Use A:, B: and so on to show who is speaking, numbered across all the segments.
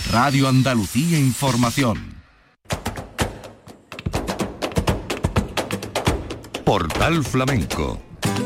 A: Radio Andalucía Información. Portal Flamenco.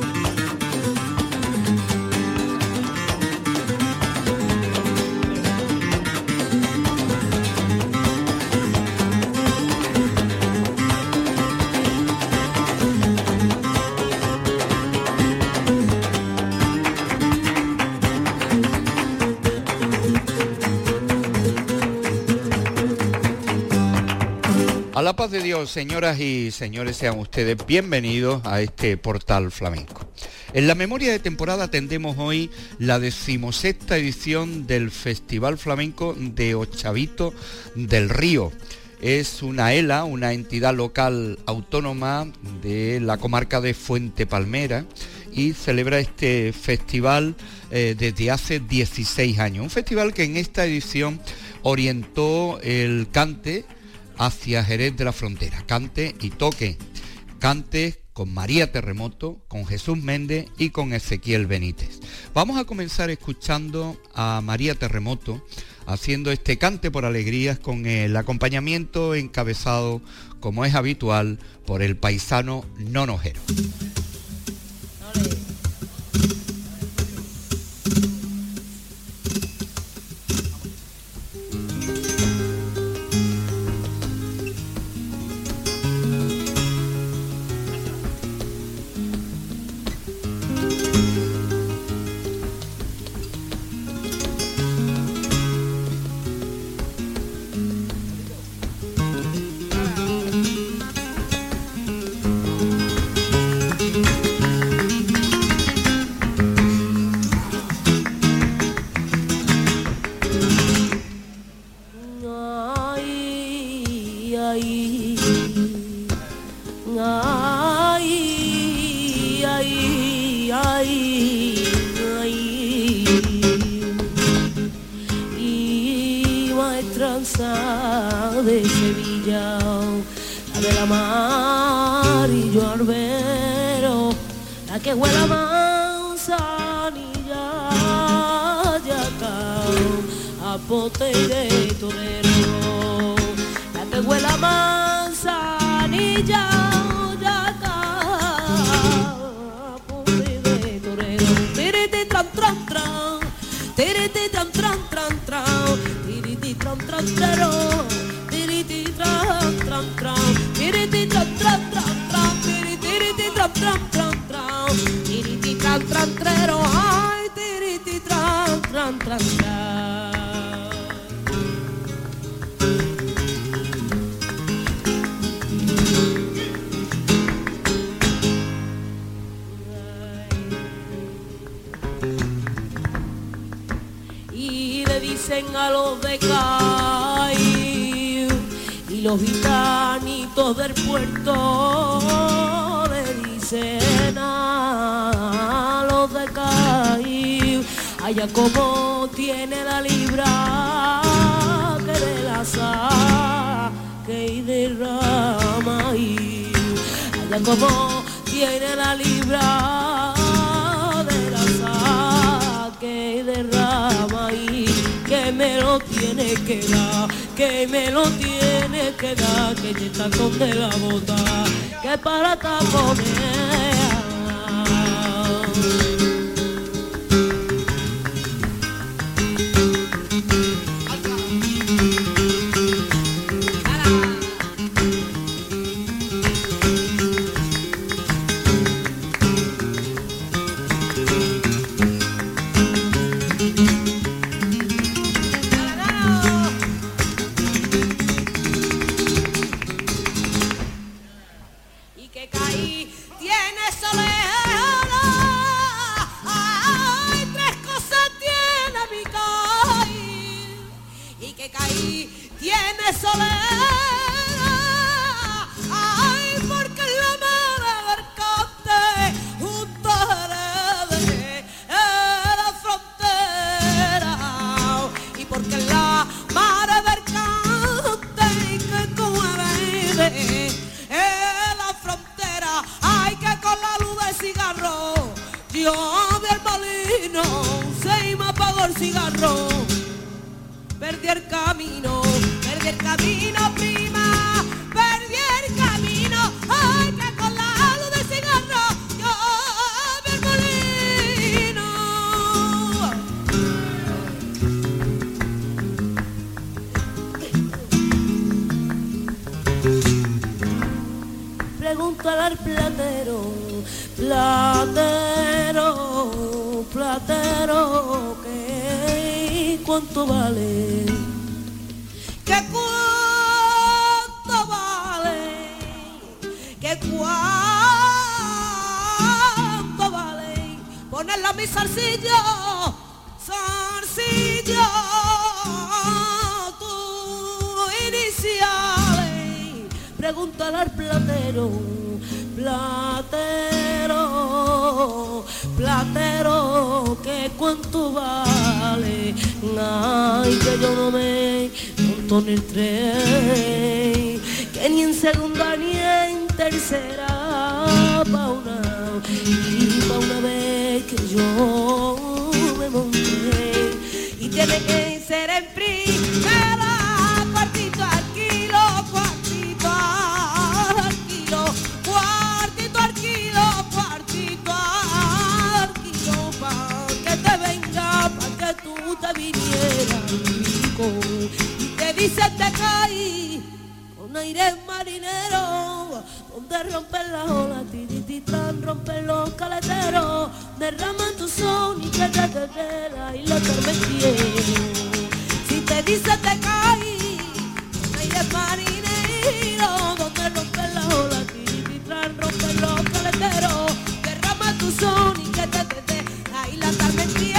B: A la paz de Dios, señoras y señores, sean ustedes bienvenidos a este Portal Flamenco. En la memoria de temporada atendemos hoy la 16ª edición del Festival Flamenco de Ochavito del Río. Es una ELA, una entidad local autónoma de la comarca de Fuente Palmera, y celebra este festival desde hace 16 años. Un festival que en esta edición orientó el cante hacia Jerez de la Frontera, cante y toque, cante con María Terremoto, con Jesús Méndez y con Ezequiel Benítez. Vamos a comenzar escuchando a María Terremoto haciendo este cante por alegrías con el acompañamiento encabezado, como es habitual, por el paisano Nonojero.
C: De Sevilla, la del amarillo albero, la que huele a manzanilla, yacao, a pote de torero, la que huele a manzanilla, yacao, a pote de torero, tiriti tran tran tran, tiriti tran tran tran tran, tiriti tran tran tran. Tiriti tran tran tran, tiriti tran tran tran tran, tiriti tran tran tran tran, tiriti tran tran trero, ay, tiriti tran tran tran tran. Y le dicen a los de Cádiz, los gitanitos del puerto le dicen a los de Cádiz, allá como tiene la libra que de la saque y derrama, y allá como tiene la libra de la saque y derrama, y que me lo tiene que dar, que me lo tiene que dar, que ya está con de la bota, que para taponear. Yo del molino se me apagó el cigarro, perdí el camino, prima, perdí el camino. Ay, que con la luz de cigarro yo vi el molino. Pregúntale al platero, que cuánto vale, que cuánto vale, que cuánto vale, ponerle a mi zarcillo, tu iniciales. Pregúntale al platero, que cuánto vale. Ay, que yo no me monto en el tren, que ni en segunda ni en tercera, pa' una vez que yo me monté, y tiene que ser en primera, cuartito al kilo, tú te vinieras rico, y te dicen te caí con aire marinero, donde rompen las olas, tirititran, rompen los caleteros, derraman tu son y que te queda y la tormentiero. Si te dicen te caí con aire marinero, donde rompen las olas, tirititran, rompen los caleteros, derraman tu son y que te queda y la tormentiero.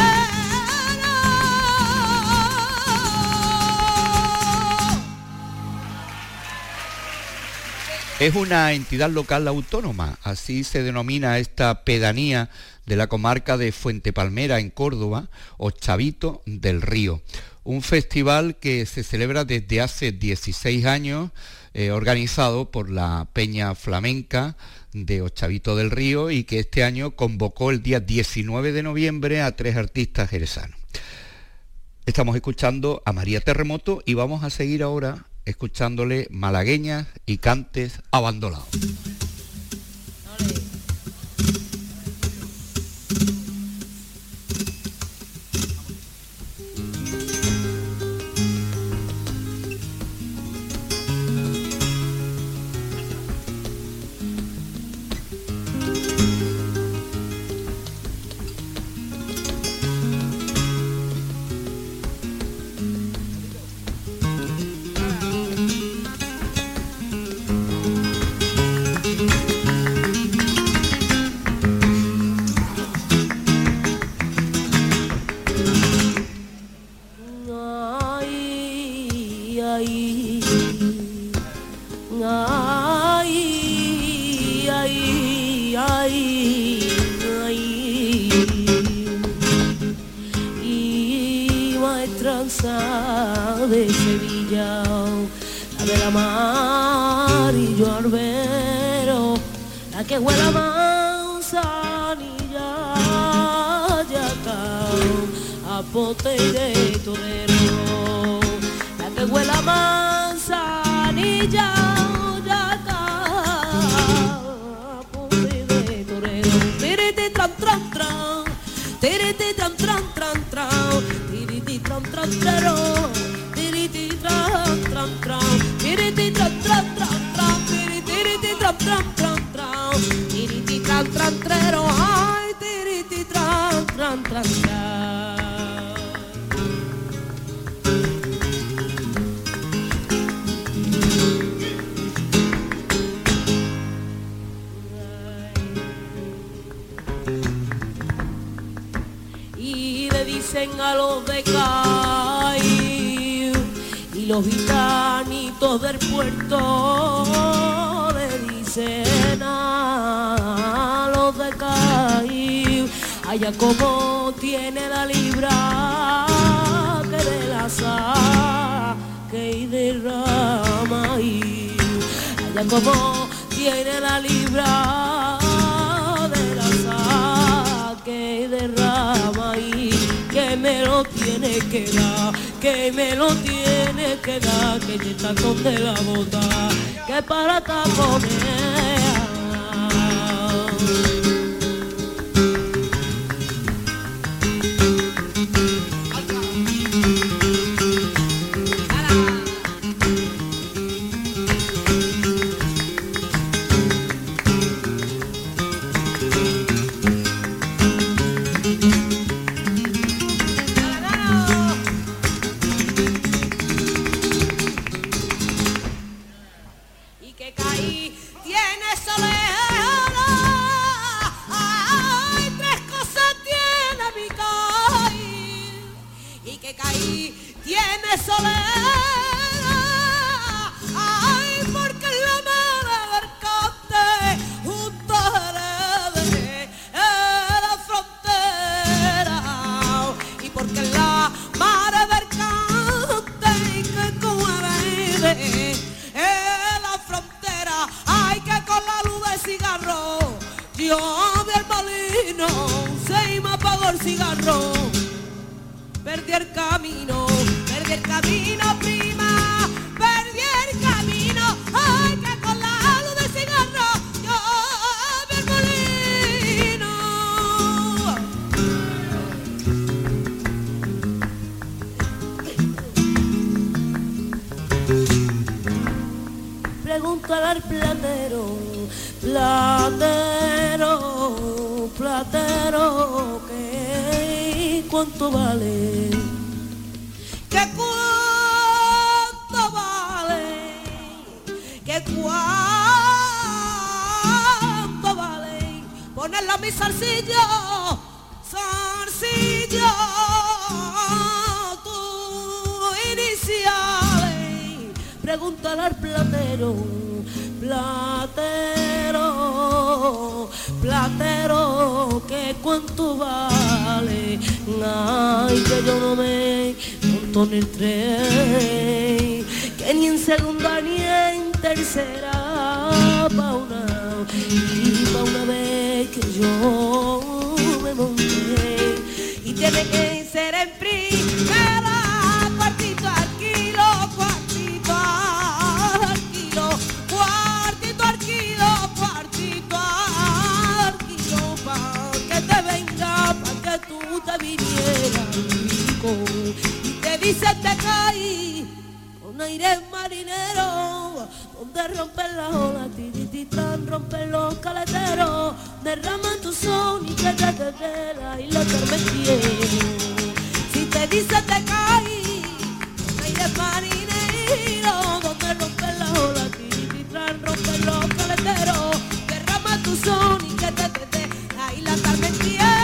B: Es una entidad local autónoma, así se denomina esta pedanía de la comarca de Fuente Palmera en Córdoba, Ochavito del Río. Un festival que se celebra desde hace 16 años, organizado por la Peña Flamenca de Ochavito del Río, y que este año convocó el día 19 de noviembre a 3 artistas jerezanos. Estamos escuchando a María Terremoto y vamos a seguir ahora escuchándole malagueñas y cantes abandonados.
C: De Sevilla, la del amarillo arbero, la que huele a manzanilla, yacao, a pote de torero, la que huele a manzanilla, yacao, a pote de torero. Tiriti tran tran tran, tiriti tran tran tran tran, tiriti tran tran tran. Tiriti tran tran tran, tiriti tran tran tran tran, tiriti tran tran tran tran, tiriti tran tran trero, ay, tiriti tran tran tran tran. Y le dicen a los de Cádiz y los gitanitos del puerto, le dicen a los de Cádiz, allá como tiene la libra que de la saque y derrama, y allá como tiene la libra de la saque y derrama, y que me lo lo tiene que dar, que me lo tiene que dar, que ya está con de la bota, que para taponear. Pregúntale al platero, platero, platero, que cuánto vale, que cuánto vale, que cuánto vale, ponerle a mi zarcillo, zarcillo, tu iniciales. Pregúntale al platero, platero, platero, que cuánto vale. Ay, que yo no me monto en el tren, que ni en segunda ni en tercera, pa' una vez que yo me monté, y tiene que ser en primera, cuartito al kilo, cuartito al kilo, cuartito al kilo, cuartito al kilo, pa' que te venga, pa' que tú te vinieras rico, y te dice te caí con aire marinero, donde rompen las olas, tirititran, rompen los caleteros, derraman tu son y que te queda y la tormentiera. Si te dice te caí con aire marinero, donde rompen las olas, tirititran, rompen los caleteros, derraman tu son y que te queda y la tormentiera.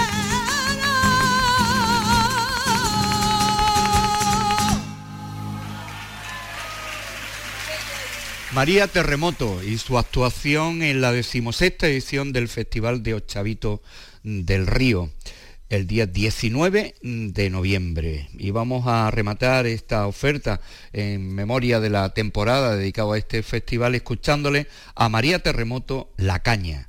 B: María Terremoto y su actuación en la 16ª edición del Festival de Ochavito del Río, el día 19 de noviembre. Y vamos a rematar esta oferta en memoria de la temporada dedicada a este festival escuchándole a María Terremoto La Caña.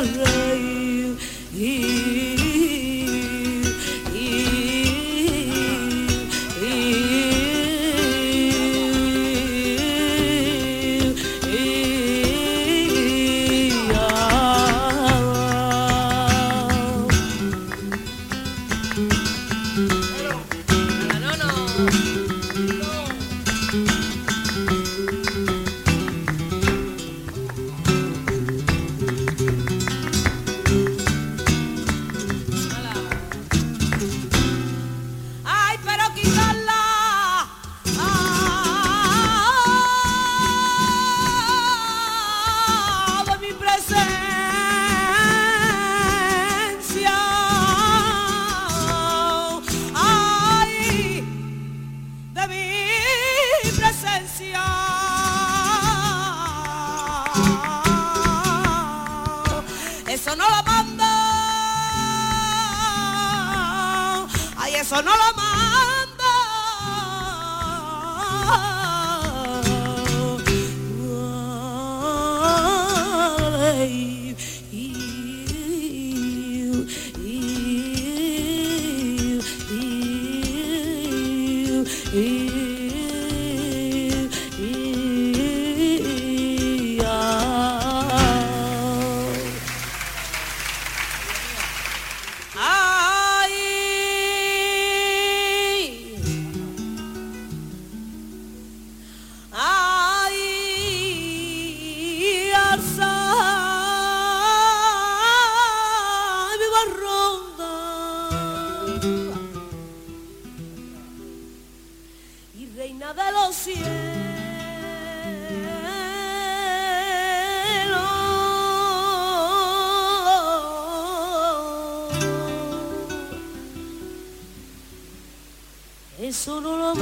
C: Eso no lo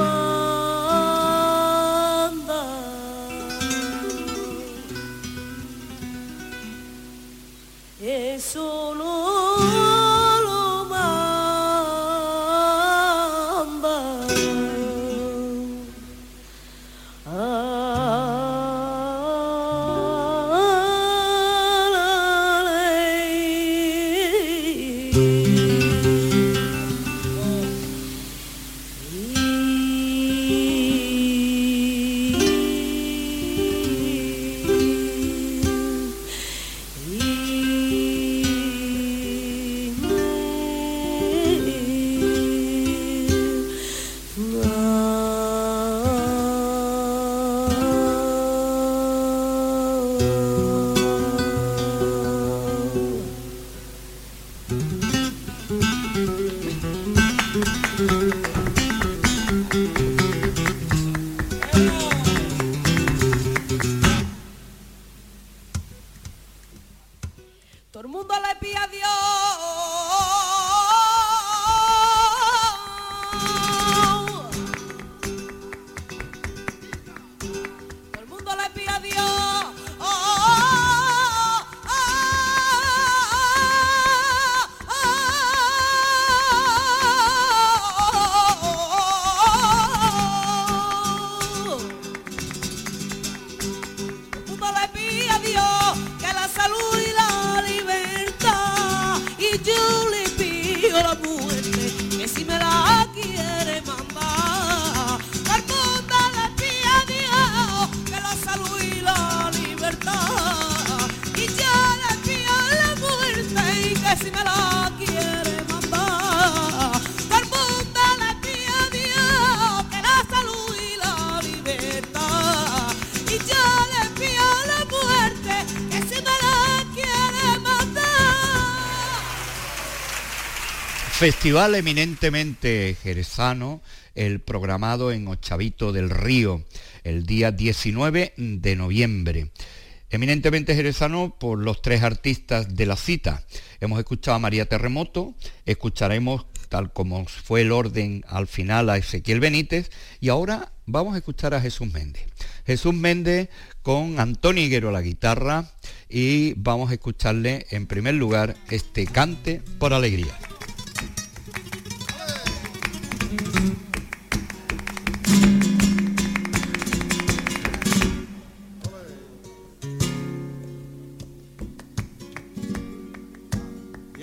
C: manda, eso no lo manda. Todo el mundo le pide a Dios
B: Festival eminentemente jerezano, el programado en Ochavito del Río, el día 19 de noviembre. Eminentemente jerezano por los tres artistas de la cita. Hemos escuchado a María Terremoto, escucharemos, tal como fue el orden al final, a Ezequiel Benítez, y ahora vamos a escuchar a Jesús Méndez. Jesús Méndez con Antonio Higuero a la guitarra, y vamos a escucharle en primer lugar este Cante por Alegría.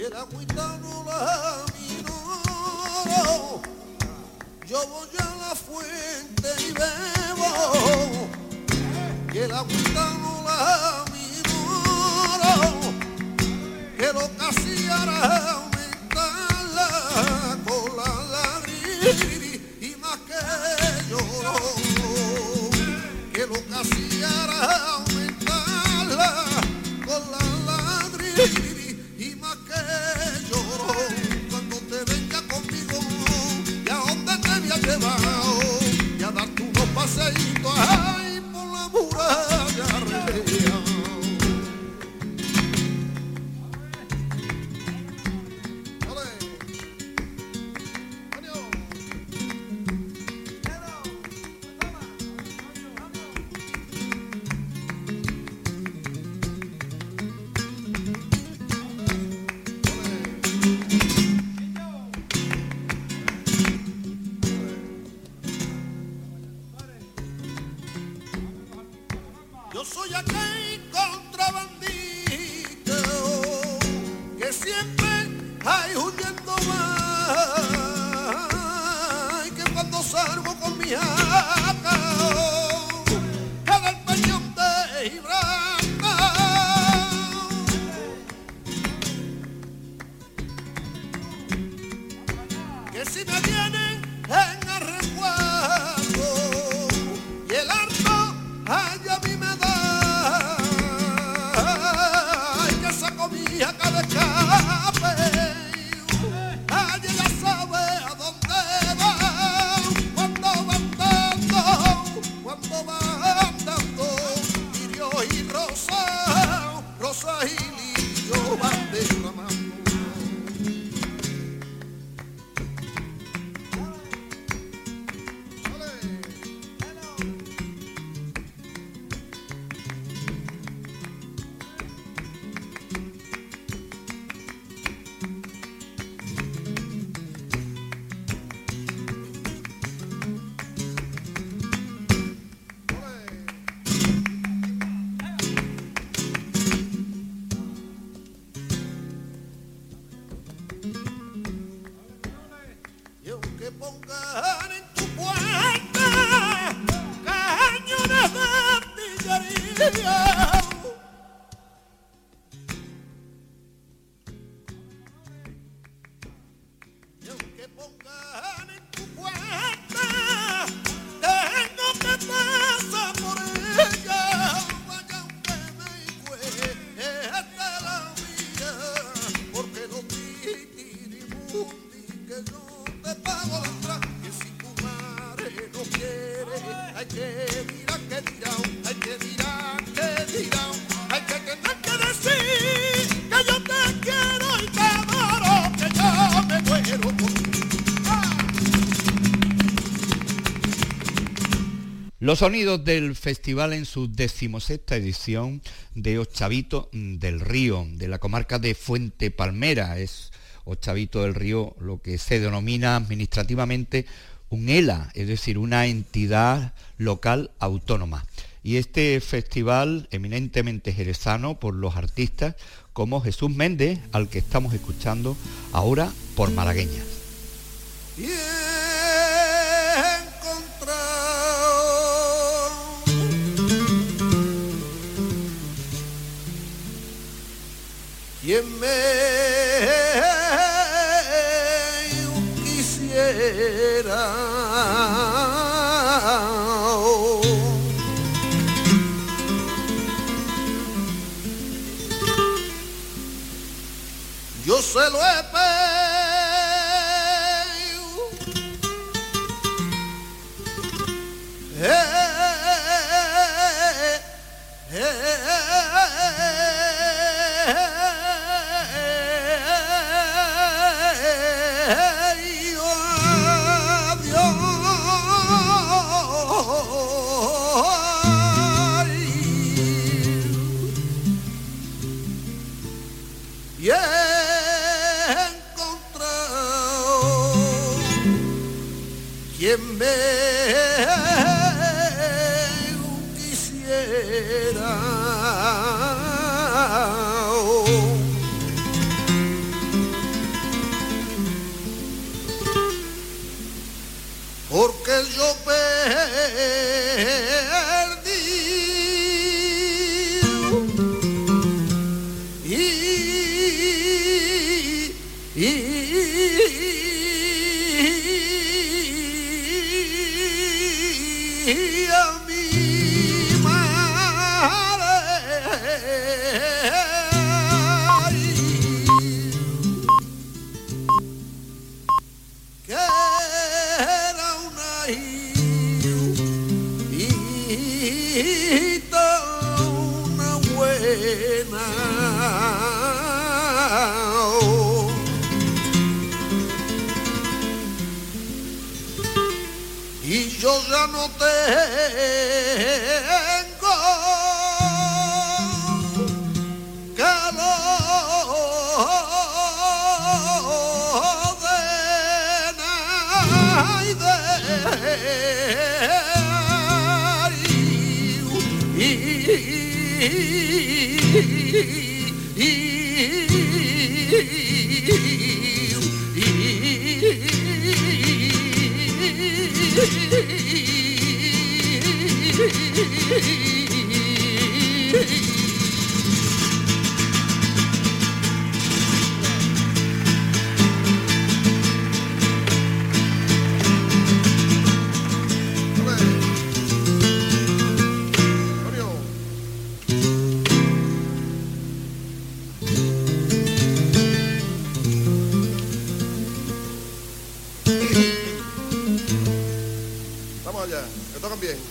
D: el agüita no la minoro, yo voy a la fuente y bebo, que el agüita no la minoro, que lo que hacía era aumentarla con la lágrima y más que lloró, que lo que hacía era aumentarla con la lágrima y más que lloró. Cuando te venga conmigo y a donde te había llevado y a darte unos paseitos ay por la muralla real. Yo soy aquel contrabandista que siempre hay huyendo más y que cuando salgo con mi jaca cada el peñón de Gibraltar, que si me vienen en arreguardo y el arco ay a mí me da, ay que esa comida cada escape, ay ella sabe a dónde va, cuando van dando, lirio y rosa, rosa y lirio van derramando. Y aunque pongan en tu puerta cañones de artillería, y aunque pongan en tu puerta tengo que pasar por ella, vaya aunque me cueste la vida, porque no titirimundi que yo te pago la entrada, que si tu madre no quiere, hay que dirán, que dirán, hay que dirán, que dirán, hay que tener que decir que yo te quiero y te adoro, que yo me muero por ti.
B: Los sonidos del festival en su 16ª edición de Ochavito del Río, de la comarca de Fuente Palmera. Es Ochavito del Río lo que se denomina administrativamente un ELA, es decir, una entidad local autónoma. Y este festival eminentemente jerezano por los artistas como Jesús Méndez, al que estamos escuchando ahora por Malagueñas.
D: Y he encontrado quien me quisiera, yo se lo he pedido, y he encontrado quien me quisiera. Y yo ya no tengo calor de
E: Vamos allá, que tocan bien.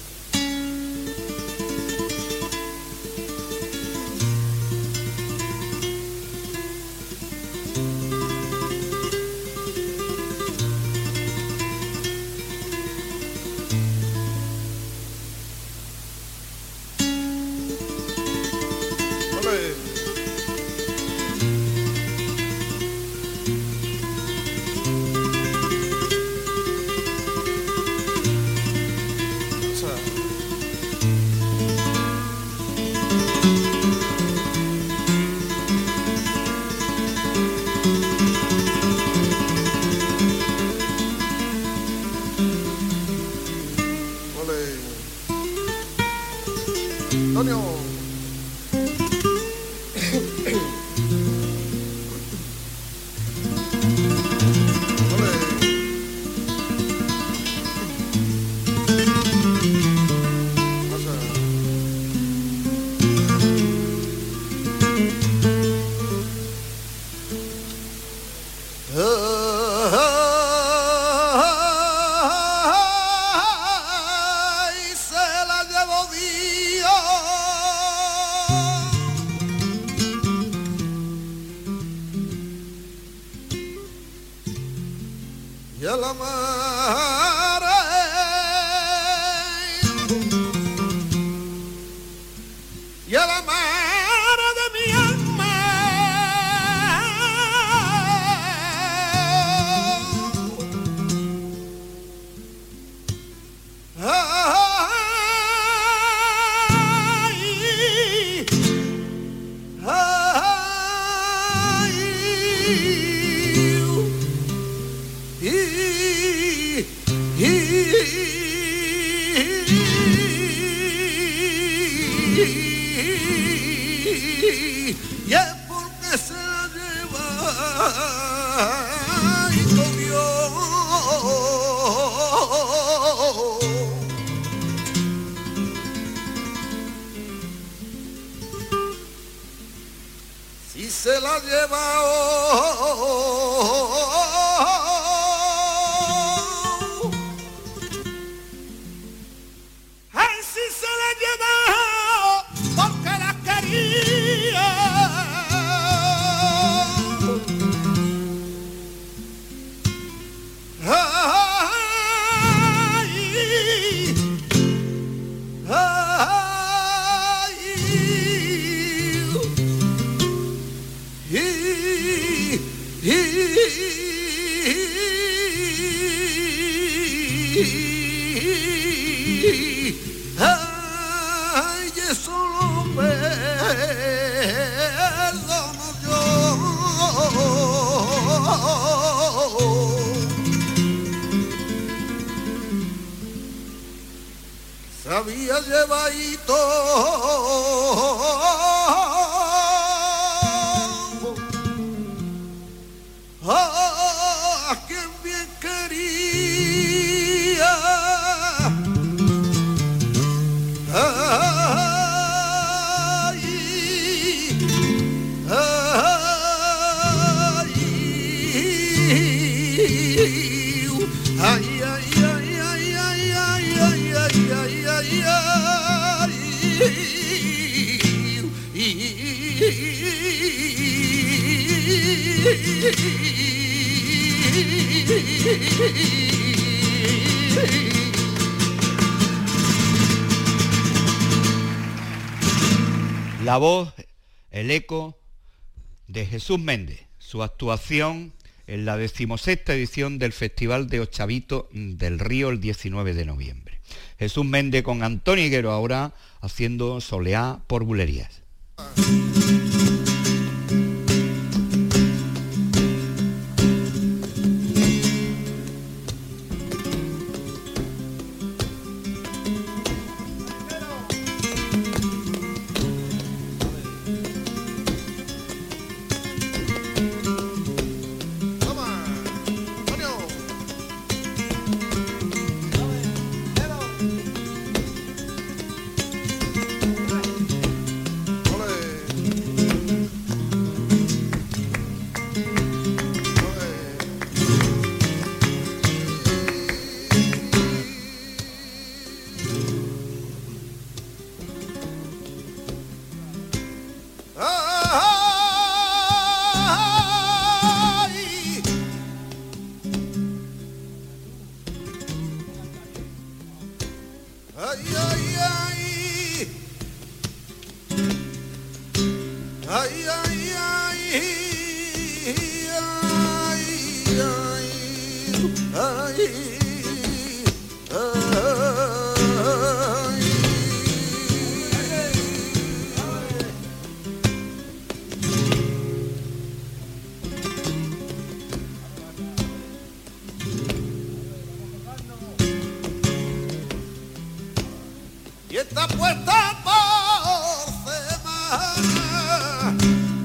E: Antonio. Y a la mar y a la mar de mi alma y es porque se la lleva y comió. Si se la lleva ay, si se la lleva porque la quería. Ay, eso lo perdono yo. Sabía llevadito a quien bien quería. Ay,
B: La voz, el eco de Jesús Méndez, su actuación en la 16ª edición del Festival de Ochavito del Río el 19 de noviembre. Jesús Méndez con Antonio Higuero ahora haciendo Soleá por Bulerías.
D: Y está puesta por semana.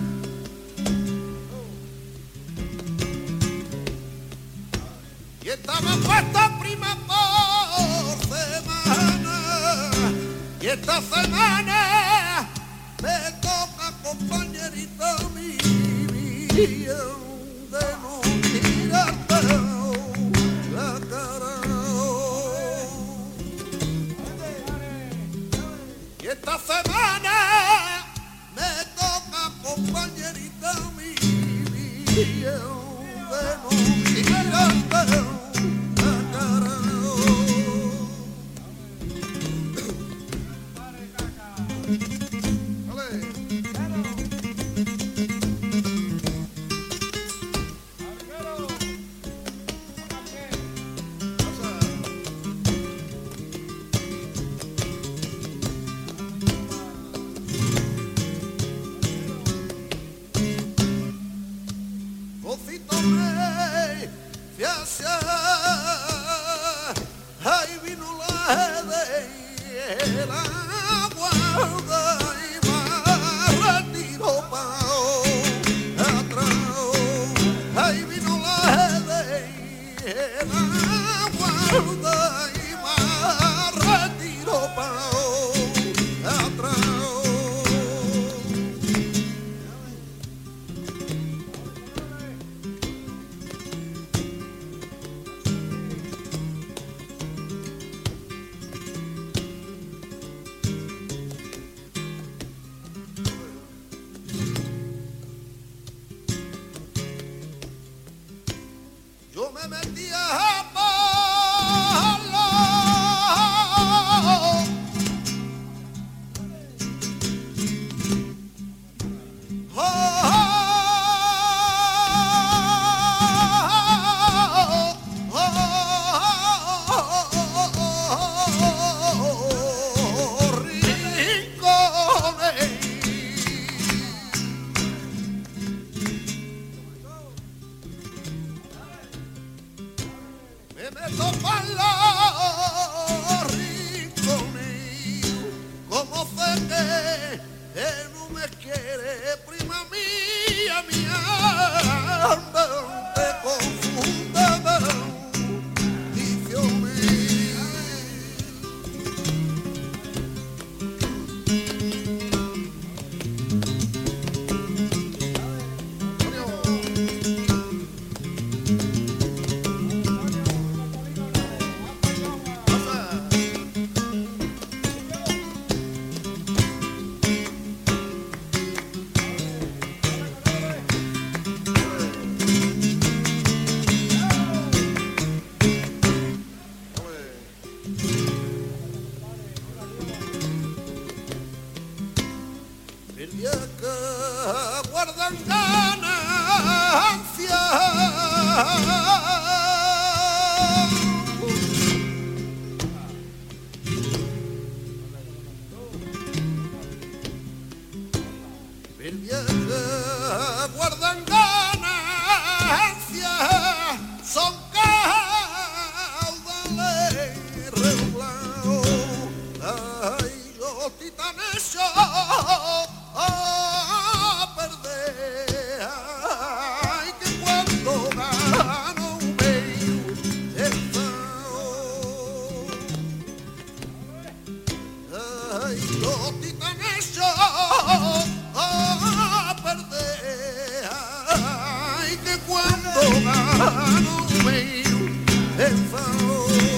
D: Y estaba puesta prima por semana. Y esta semana me toca, compañerita mía, de no mirarte la cara. Y esta semana me toca, compañerita mía, de no mirarte la cara. Cosito me fiacia, ahí vino la de la guarda y me retiro pa' atrás. Ahí vino la de la guarda y me retiro pa' atrás. Yo me metí a palo, me meto pa' los rincones, como sé que no me quiere, prima mía, mi alma te confunde maldiciones. el día que guardan ganancias. El día que guardan ganancias son caudales redoblados. Ay, yo titanes a perder. Ay, que cuando gano veo el fao. Ay, los titanes a perder. Ay, que cuando gano veo el fao.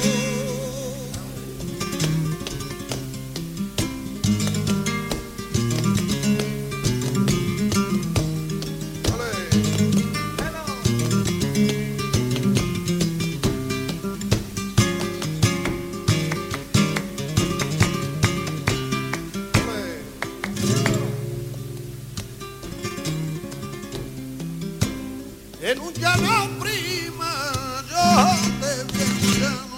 D: En un llano prima yo te vi en llano.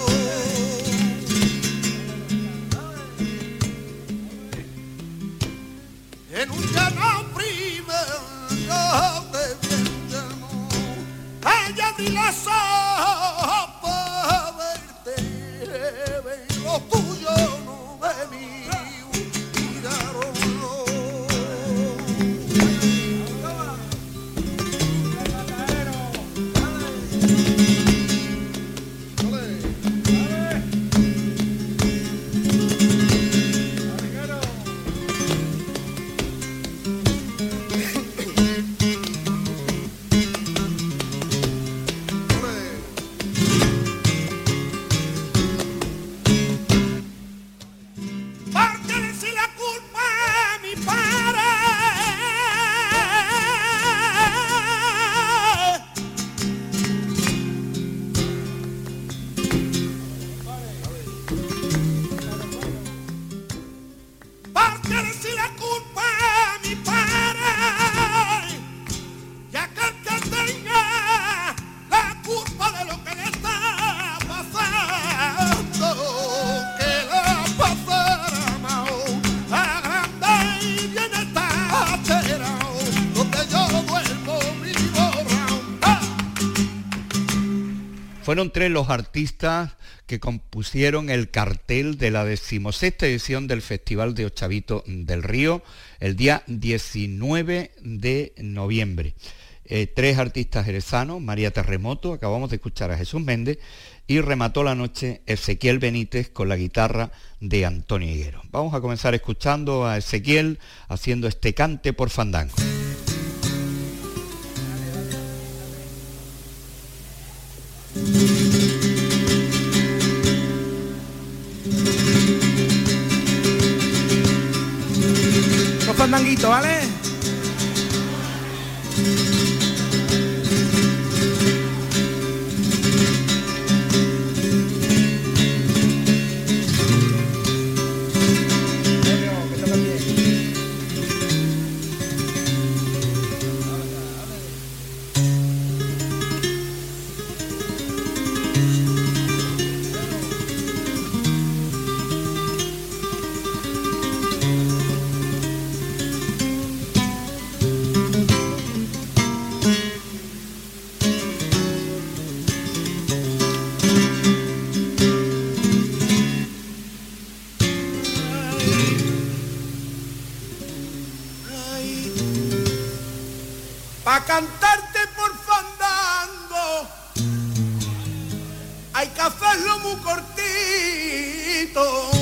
D: En un llano prima yo te vi en llano. Ella abrí las ojos para verte, lo tuyo no me miraron.
B: Fueron 3 los artistas que compusieron el cartel de la 16ª edición del Festival de Ochavito del Río, el día 19 de noviembre. 3 artistas jerezanos, María Terremoto, acabamos de escuchar a Jesús Méndez, y remató la noche Ezequiel Benítez con la guitarra de Antonio Higuero. Vamos a comenzar escuchando a Ezequiel haciendo este cante por fandango.
E: Los fandanguitos, ¿vale?
D: Pa' cantarte por fandango hay que hacerlo muy cortito.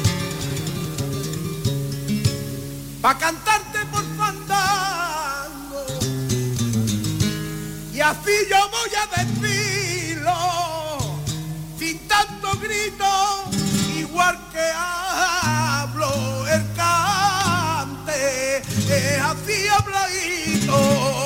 D: Pa' cantarte por fandango y así yo voy a decirlo sin tanto grito, igual que hablo el cante, es así habladito.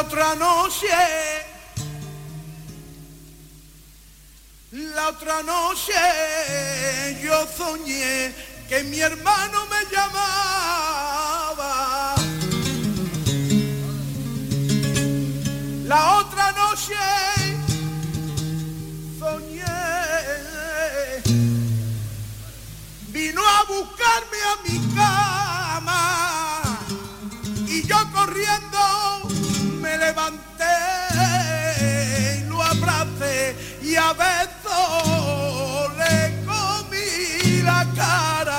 E: La otra noche yo soñé que mi hermano me llamaba. La otra noche soñé, vino a buscarme a mi cama y yo corriendo me levanté y lo abracé y a besos le comí la cara.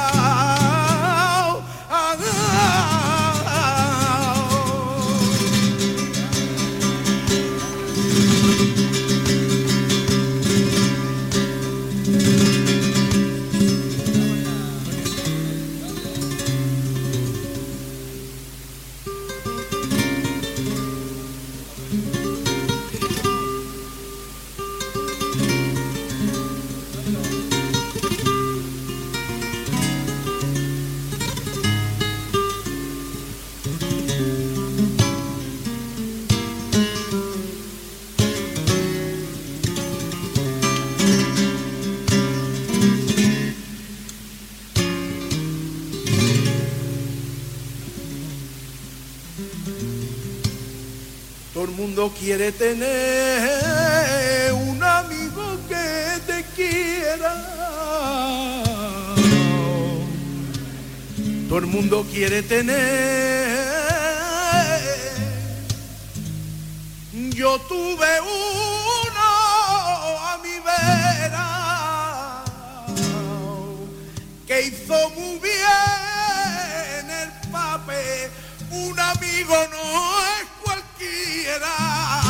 E: Todo el mundo quiere tener un amigo que te quiera. Todo el mundo quiere tener. Yo tuve uno a mi vera que hizo muy bien el papel. Un amigo no es cualquiera.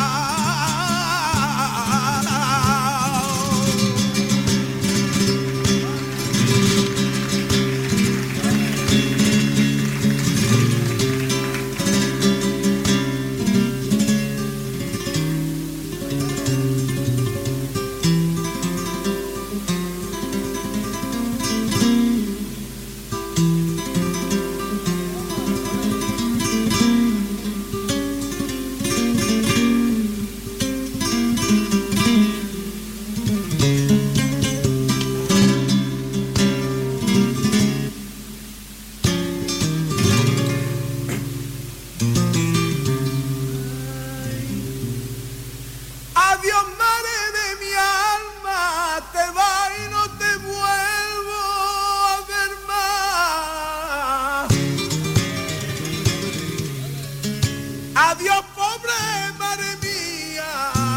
E: Adiós, pobre madre mía,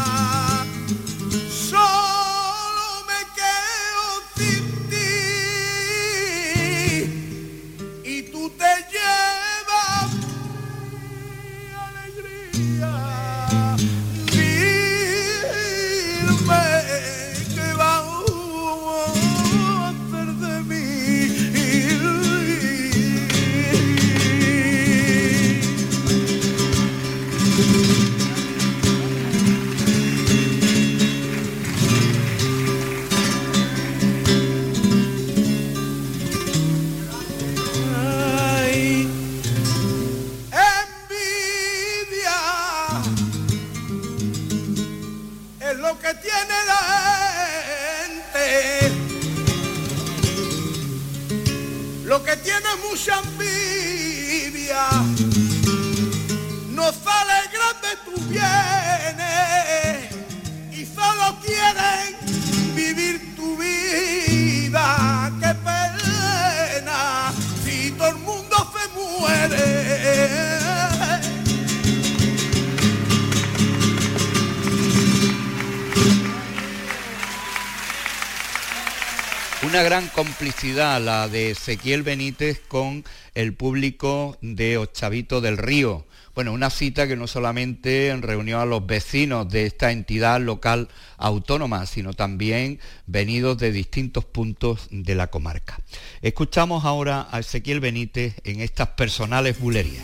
E: solo me quedo sin ti y tú te llevas mi alegría. Dime qué va a hacer de mí. Lo que tiene la gente, lo que tiene mucha envidia, no sale grande tus bienes y solo quieren vivir tu vida. Qué pena si todo el mundo se muere.
B: Una gran complicidad la de Ezequiel Benítez con el público de Ochavito del Río. Bueno, una cita que no solamente reunió a los vecinos de esta entidad local autónoma, sino también venidos de distintos puntos de la comarca. Escuchamos ahora a Ezequiel Benítez en estas personales bulerías.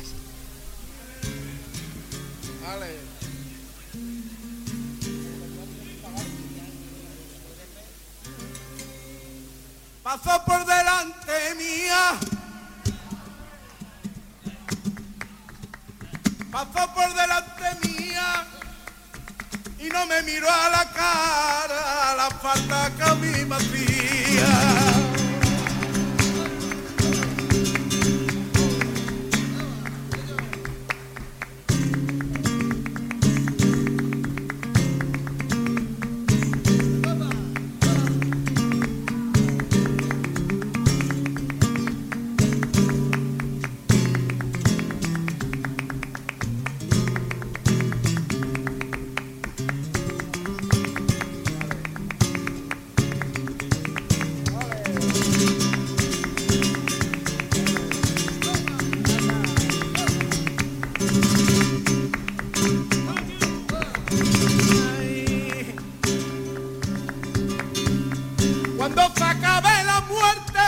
E: Pasó por delante mía, pasó por delante mía. y no me miró a la cara la falta que a mí me hacía. Cuando se acabe la muerte,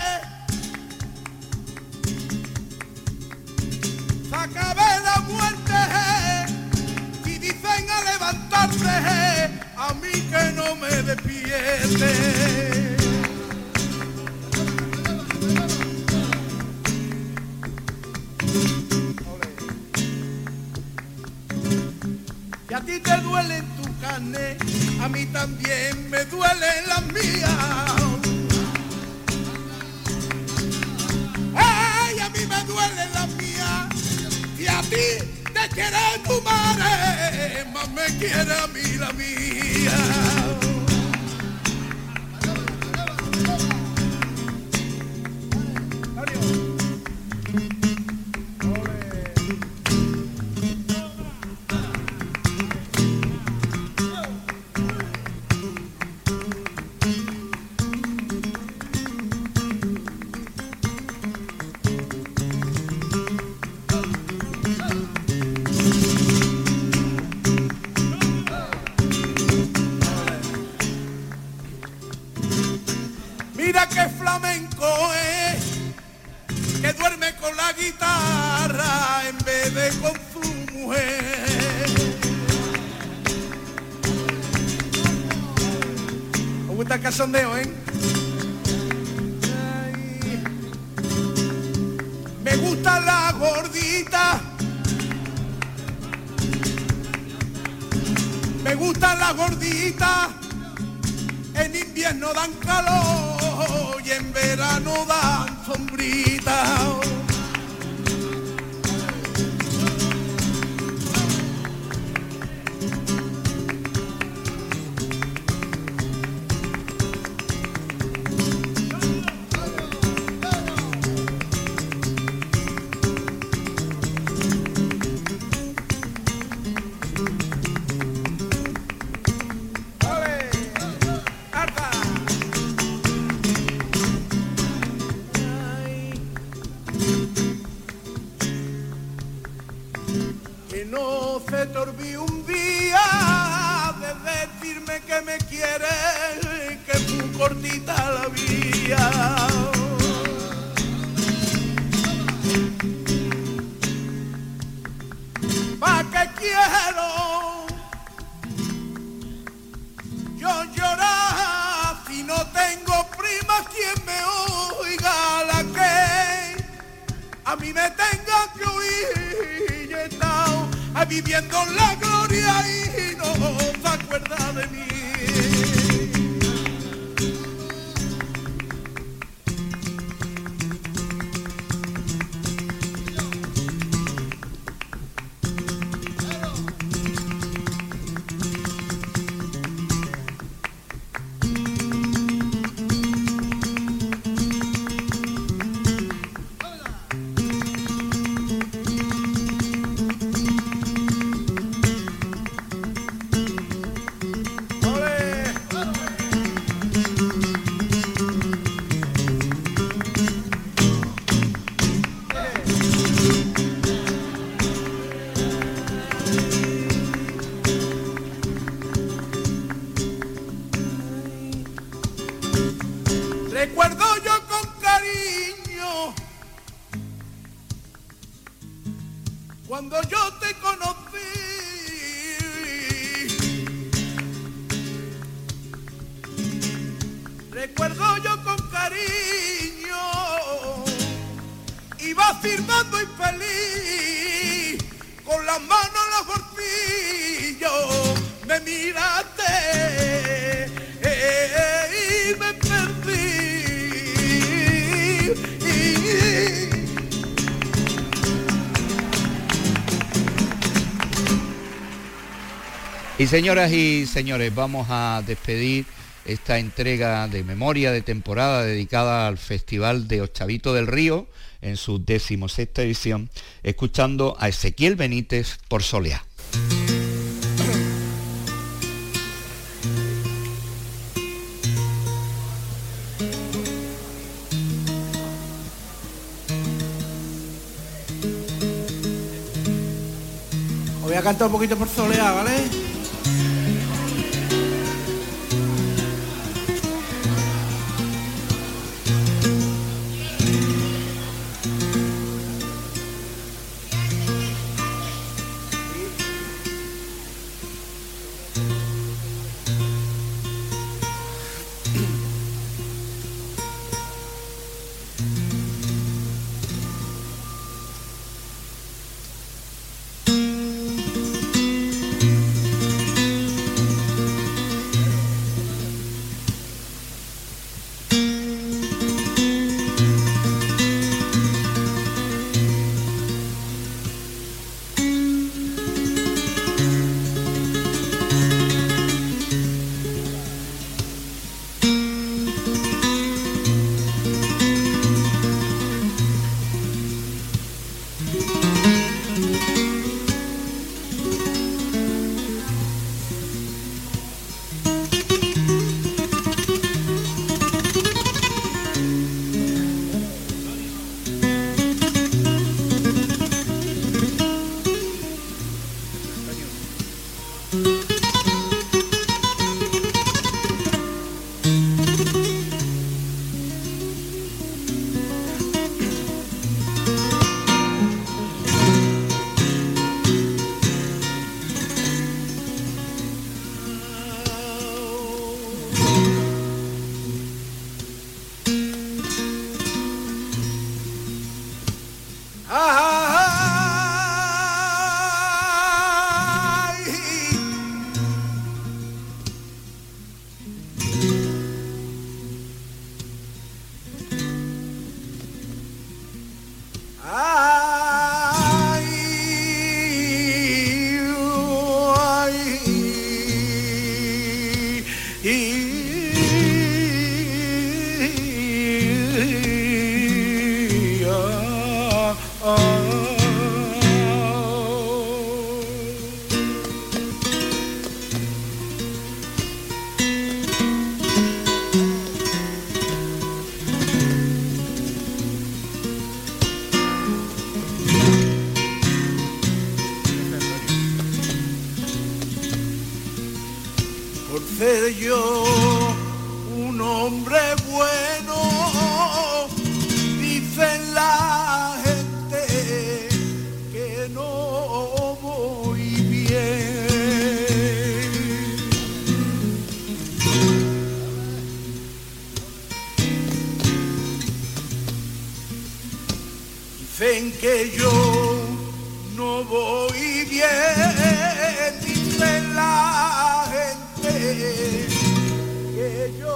E: se acabe la muerte, y dicen a levantarse, a mí que no me despierte. Y a ti te duele en tu carne, a mí también me duelen las mías. ¡Ay, a mí me duelen las mías! Y a ti te quiere tu madre, más me quiere a mí la mía. Mira qué flamenco es, que duerme con la guitarra en vez de con su mujer. ¿Os gusta el cachondeo, eh? Ay. Me gusta la gordita, me gusta la gordita. En invierno dan calor y en verano dan sombrita. Que no se te olvide un día de decirme que me quieres, que es muy cortita la vida. ¿Pa' qué quiero yo llorar si no tengo prima quien me oiga la que a mí me tenga que oír? Yo he estado viviendo en la gloria y no se acuerda de mí. Recuerdo yo con cariño cuando yo te conocí. Recuerdo yo con cariño, iba firmando infeliz con las manos en la bolsillas. yo me miraste y me perdí.
B: Y señoras y señores, vamos a despedir esta entrega de memoria de temporada dedicada al Festival de Ochavito del Río en su 16ª edición, escuchando a Ezequiel Benítez por Soleá.
E: Os voy a cantar un poquito por Soleá, ¿vale? Por ser yo un hombre bueno, dicen la gente que no voy bien. Dicen que yo no voy bien, dicen la gente que yo